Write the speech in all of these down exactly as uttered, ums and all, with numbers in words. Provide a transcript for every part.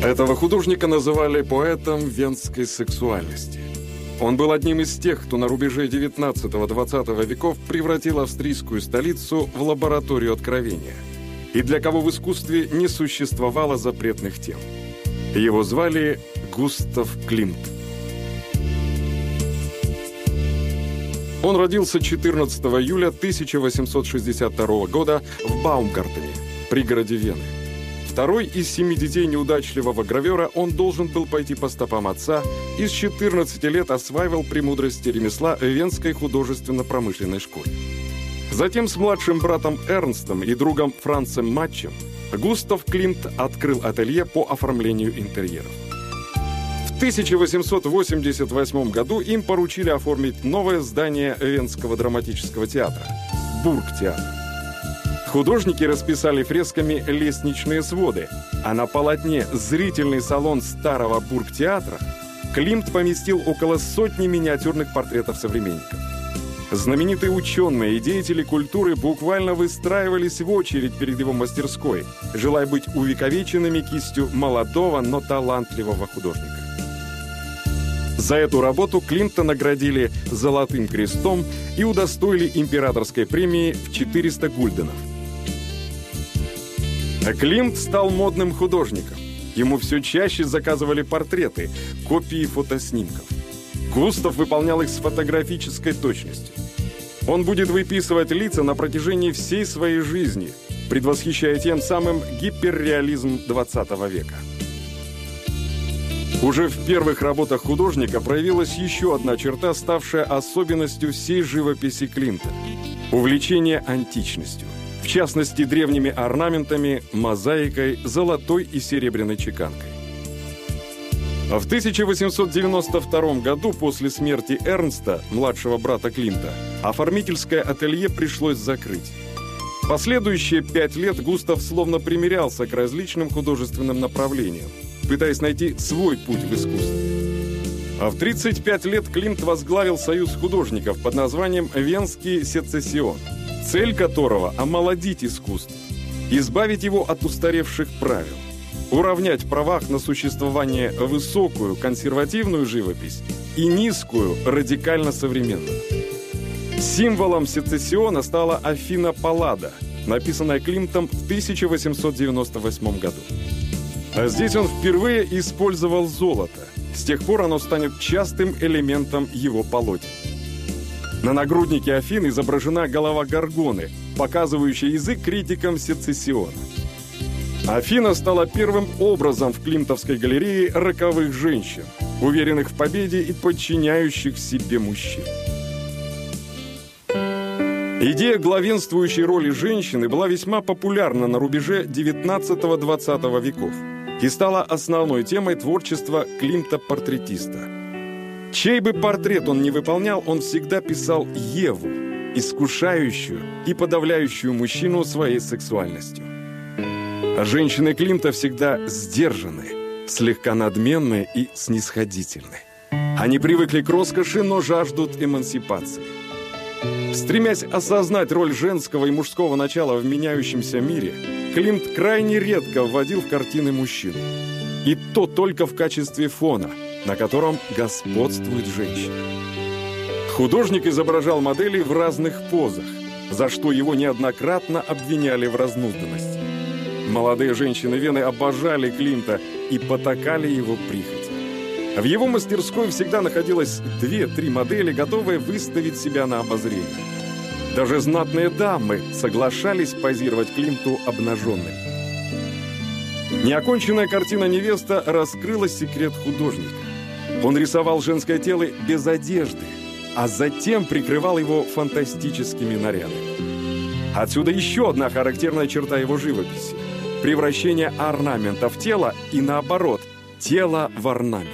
Этого художника называли поэтом венской сексуальности. Он был одним из тех, кто на рубеже девятнадцатого-двадцатого веков превратил австрийскую столицу в лабораторию откровения, и для кого в искусстве не существовало запретных тем. Его звали Густав Климт. Он родился четырнадцатого июля тысяча восемьсот шестьдесят второго года в Баумгартене, пригороде Вены. Второй из семи детей неудачливого гравера, он должен был пойти по стопам отца и с четырнадцати лет осваивал премудрости ремесла в Венской художественно-промышленной школе. Затем с младшим братом Эрнстом и другом Францем Матчем Густав Климт открыл ателье по оформлению интерьеров. В тысяча восемьсот восемьдесят восьмом году им поручили оформить новое здание Венского драматического театра – Бургтеатр. Художники расписали фресками лестничные своды, а на полотне «Зрительный салон старого Бургтеатра» Климт поместил около сотни миниатюрных портретов современников. Знаменитые ученые и деятели культуры буквально выстраивались в очередь перед его мастерской, желая быть увековеченными кистью молодого, но талантливого художника. За эту работу Климта наградили Золотым крестом и удостоили императорской премии в четыреста гульденов. Климт стал модным художником. Ему все чаще заказывали портреты, копии фотоснимков. Густав выполнял их с фотографической точностью. Он будет выписывать лица на протяжении всей своей жизни, предвосхищая тем самым гиперреализм двадцатого века. Уже в первых работах художника проявилась еще одна черта, ставшая особенностью всей живописи Климта – увлечение античностью. В частности, древними орнаментами, мозаикой, золотой и серебряной чеканкой. В тысяча восемьсот девяносто втором году, после смерти Эрнста, младшего брата Климта, оформительское ателье пришлось закрыть. Последующие пять лет Густав словно примирялся к различным художественным направлениям, пытаясь найти свой путь в искусстве. А в тридцать пять лет Климт возглавил союз художников под названием «Венский сецессион», цель которого – омолодить искусство, избавить его от устаревших правил, уравнять в правах на существование высокую, консервативную живопись и низкую, радикально современную. Символом сецессиона стала Афина Паллада, написанная Климтом в тысяча восемьсот девяносто восьмом году. А здесь он впервые использовал золото. С тех пор оно станет частым элементом его полотен. На нагруднике Афин изображена голова Горгоны, показывающая язык критикам сецессиона. Афина стала первым образом в Климтовской галерее роковых женщин, уверенных в победе и подчиняющих себе мужчин. Идея главенствующей роли женщины была весьма популярна на рубеже девятнадцатого-двадцатого веков и стала основной темой творчества Климта-портретиста. Чей бы портрет он ни выполнял, он всегда писал Еву, искушающую и подавляющую мужчину своей сексуальностью. Женщины Климта всегда сдержаны, слегка надменны и снисходительны. Они привыкли к роскоши, но жаждут эмансипации. Стремясь осознать роль женского и мужского начала в меняющемся мире, Климт крайне редко вводил в картины мужчину. И то только в качестве фона, на котором господствует женщина. Художник изображал моделей в разных позах, за что его неоднократно обвиняли в разнузданности. Молодые женщины Вены обожали Климта и потакали его прихоти. В его мастерской всегда находилось две-три модели, готовые выставить себя на обозрение. Даже знатные дамы соглашались позировать Климту обнаженным. Неоконченная картина «Невеста» раскрыла секрет художника. Он рисовал женское тело без одежды, а затем прикрывал его фантастическими нарядами. Отсюда еще одна характерная черта его живописи – превращение орнамента в тело и, наоборот, тело в орнамент.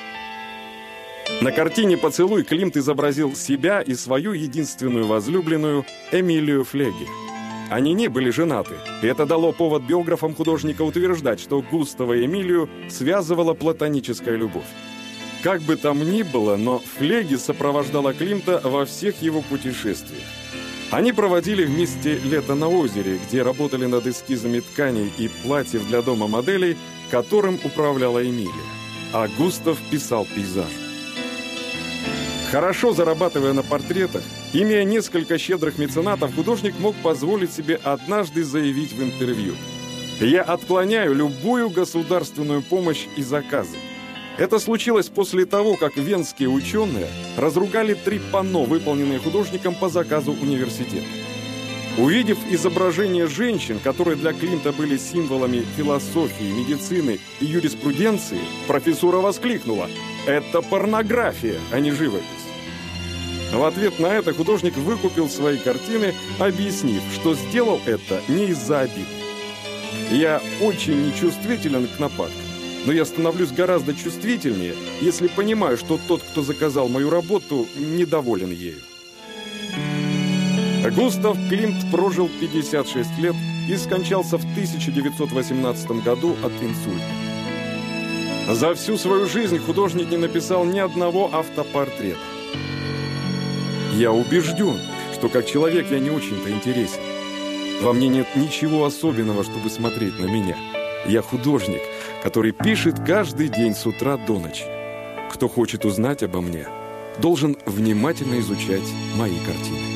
На картине «Поцелуй» Климт изобразил себя и свою единственную возлюбленную Эмилию Флеги. Они не были женаты, и это дало повод биографам художника утверждать, что Густава и Эмилию связывала платоническая любовь. Как бы там ни было, но Флеги сопровождала Климта во всех его путешествиях. Они проводили вместе лето на озере, где работали над эскизами тканей и платьев для дома моделей, которым управляла Эмилия, а Густав писал пейзажи. Хорошо зарабатывая на портретах, имея несколько щедрых меценатов, художник мог позволить себе однажды заявить в интервью: «Я отклоняю любую государственную помощь и заказы». Это случилось после того, как венские ученые разругали три панно, выполненные художником по заказу университета. Увидев изображения женщин, которые для Климта были символами философии, медицины и юриспруденции, профессура воскликнула: «Это порнография, а не живопись». В ответ на это художник выкупил свои картины, объяснив, что сделал это не из-за обиды. «Я очень нечувствителен к нападкам, но я становлюсь гораздо чувствительнее, если понимаю, что тот, кто заказал мою работу, недоволен ею». Густав Климт прожил пятьдесят шесть лет и скончался в тысяча девятьсот восемнадцатом году от инсульта. За всю свою жизнь художник не написал ни одного автопортрета. «Я убежден, что как человек я не очень-то интересен. Во мне нет ничего особенного, чтобы смотреть на меня. Я художник, который пишет каждый день с утра до ночи. Кто хочет узнать обо мне, должен внимательно изучать мои картины».